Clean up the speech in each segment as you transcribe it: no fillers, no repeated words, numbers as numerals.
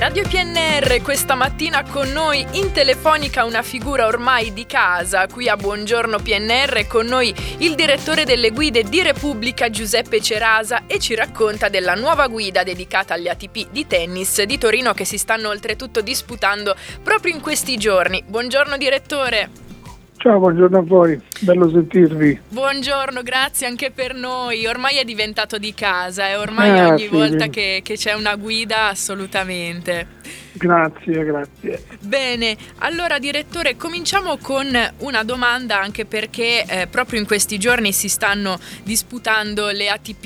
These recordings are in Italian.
Radio PNR questa mattina con noi in telefonica una figura ormai di casa. Qui a Buongiorno PNR con noi il direttore delle guide di Repubblica Giuseppe Cerasa e ci racconta della nuova guida dedicata agli ATP di tennis di Torino che si stanno oltretutto disputando proprio in questi giorni. Buongiorno direttore. Ciao, buongiorno a voi, bello sentirvi. Buongiorno, grazie anche per noi. Ormai è diventato di casa e ormai ogni volta che c'è una guida assolutamente. Grazie. Bene, allora direttore, cominciamo con una domanda anche perché proprio in questi giorni si stanno disputando le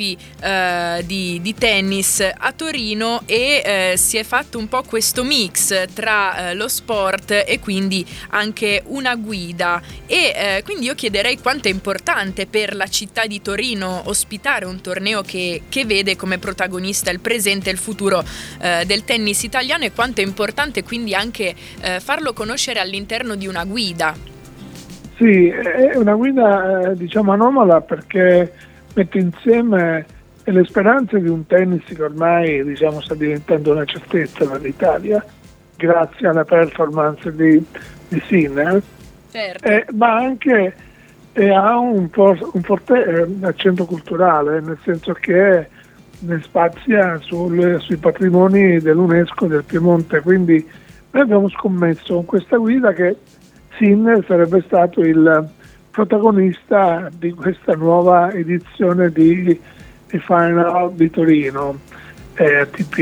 ATP di tennis a Torino e si è fatto un po' questo mix tra lo sport e quindi anche una guida e quindi io chiederei quanto è importante per la città di Torino ospitare un torneo che vede come protagonista il presente e il futuro del tennis italiano e quanto è importante quindi anche farlo conoscere all'interno di una guida. Sì, è una guida diciamo anomala perché mette insieme le speranze di un tennis che ormai diciamo sta diventando una certezza per l'Italia grazie alla performance di Sinner, certo. ma anche ha un forte accento culturale, nel senso che ne spazia sui patrimoni dell'UNESCO del Piemonte, quindi noi abbiamo scommesso con questa guida che Sinner sarebbe stato il protagonista di questa nuova edizione di Final di Torino ATP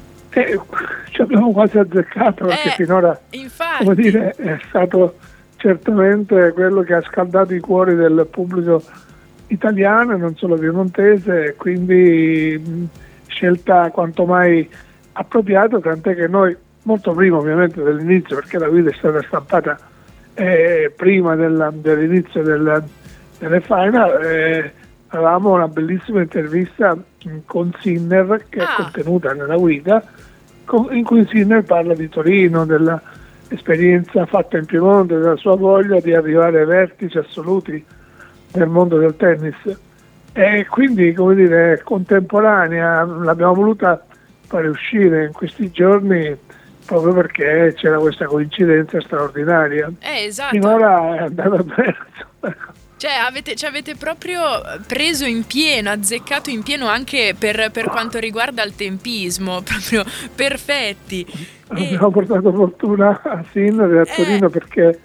e ci abbiamo quasi azzeccato perché finora infatti. Come dire, è stato certamente quello che ha scaldato i cuori del pubblico italiano e non solo piemontese, quindi scelta quanto mai appropriata, tant'è che noi molto prima ovviamente dell'inizio, perché la guida è stata stampata prima dell'inizio delle final, avevamo una bellissima intervista con Sinner che è contenuta nella guida, in cui Sinner parla di Torino, dell'esperienza fatta in Piemonte, della sua voglia di arrivare ai vertici assoluti nel mondo del tennis e quindi come dire contemporanea. L'abbiamo voluta fare uscire in questi giorni proprio perché c'era questa coincidenza straordinaria. Esatto. Finora è andata perso. Ci avete proprio preso in pieno, azzeccato in pieno anche per quanto riguarda il tempismo, proprio perfetti. Abbiamo portato fortuna a Sinner e a Torino perché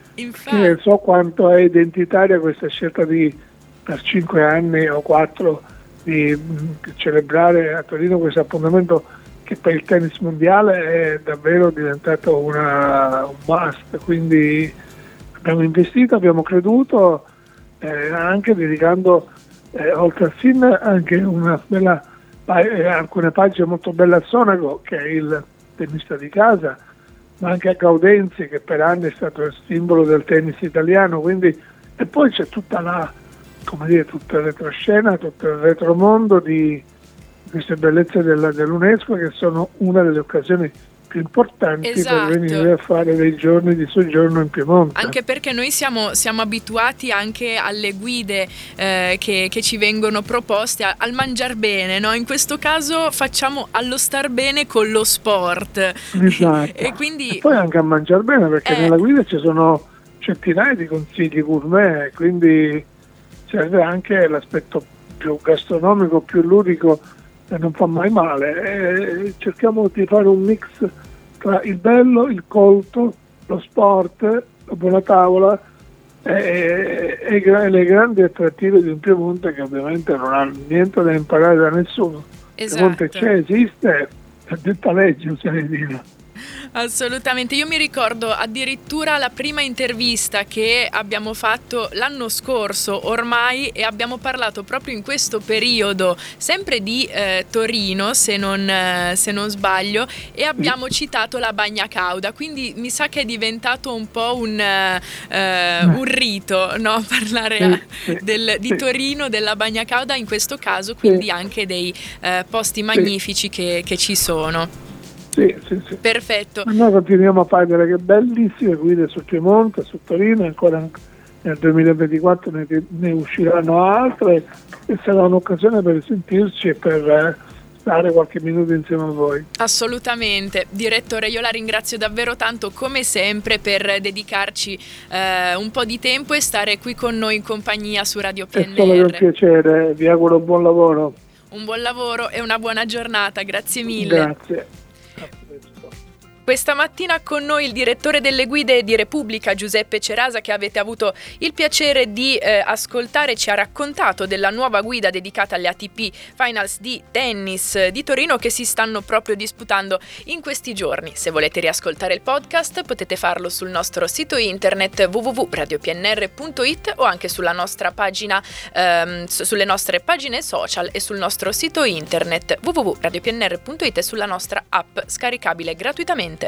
so quanto è identitaria questa scelta per 5 anni o 4 di celebrare a Torino questo appuntamento che per il tennis mondiale è davvero diventato un must, quindi abbiamo investito, abbiamo creduto, anche dedicando oltre a Sinner anche una bella alcune pagine molto belle a Sonego che è il tennista di casa, ma anche a Gaudenzi che per anni è stato il simbolo del tennis italiano, quindi e poi c'è tutta tutta la retroscena, tutto il retromondo di queste bellezze dell'UNESCO che sono una delle occasioni più importanti per venire a fare dei giorni di soggiorno in Piemonte. Anche perché noi siamo abituati anche alle guide che ci vengono proposte al mangiar bene, no? In questo caso facciamo allo star bene con lo sport. Esatto. E poi anche a mangiar bene perché nella guida ci sono centinaia di consigli gourmet, quindi serve anche l'aspetto più gastronomico, più ludico e non fa mai male. Cerchiamo di fare un mix tra il bello, il colto, lo sport, la buona tavola e le grandi attrattive di un Piemonte che ovviamente non ha niente da imparare da nessuno. Piemonte c'è, esiste, è detta legge, oserei dire. Assolutamente, io mi ricordo addirittura la prima intervista che abbiamo fatto l'anno scorso ormai e abbiamo parlato proprio in questo periodo sempre di Torino se non sbaglio e abbiamo citato la Bagna Cauda, quindi mi sa che è diventato un po' un rito, no? Parlare di Torino, della Bagna Cauda in questo caso, quindi anche dei posti magnifici che ci sono. Sì. Perfetto. Ma noi continuiamo a fare delle bellissime guide sul Piemonte, su Torino, ancora nel 2024 ne usciranno altre e sarà un'occasione per sentirci e per stare qualche minuto insieme a voi. Assolutamente. Direttore, io la ringrazio davvero tanto come sempre per dedicarci un po' di tempo e stare qui con noi in compagnia su Radio PNR. È solo un piacere, vi auguro buon lavoro. Un buon lavoro e una buona giornata, grazie mille. Grazie. Questa mattina con noi il direttore delle guide di Repubblica, Giuseppe Cerasa, che avete avuto il piacere di ascoltare, ci ha raccontato della nuova guida dedicata alle ATP Finals di tennis di Torino che si stanno proprio disputando in questi giorni. Se volete riascoltare il podcast potete farlo sul nostro sito internet www.radiopnr.it o anche sulla nostra pagina, sulle nostre pagine social e sul nostro sito internet www.radiopnr.it e sulla nostra app scaricabile gratuitamente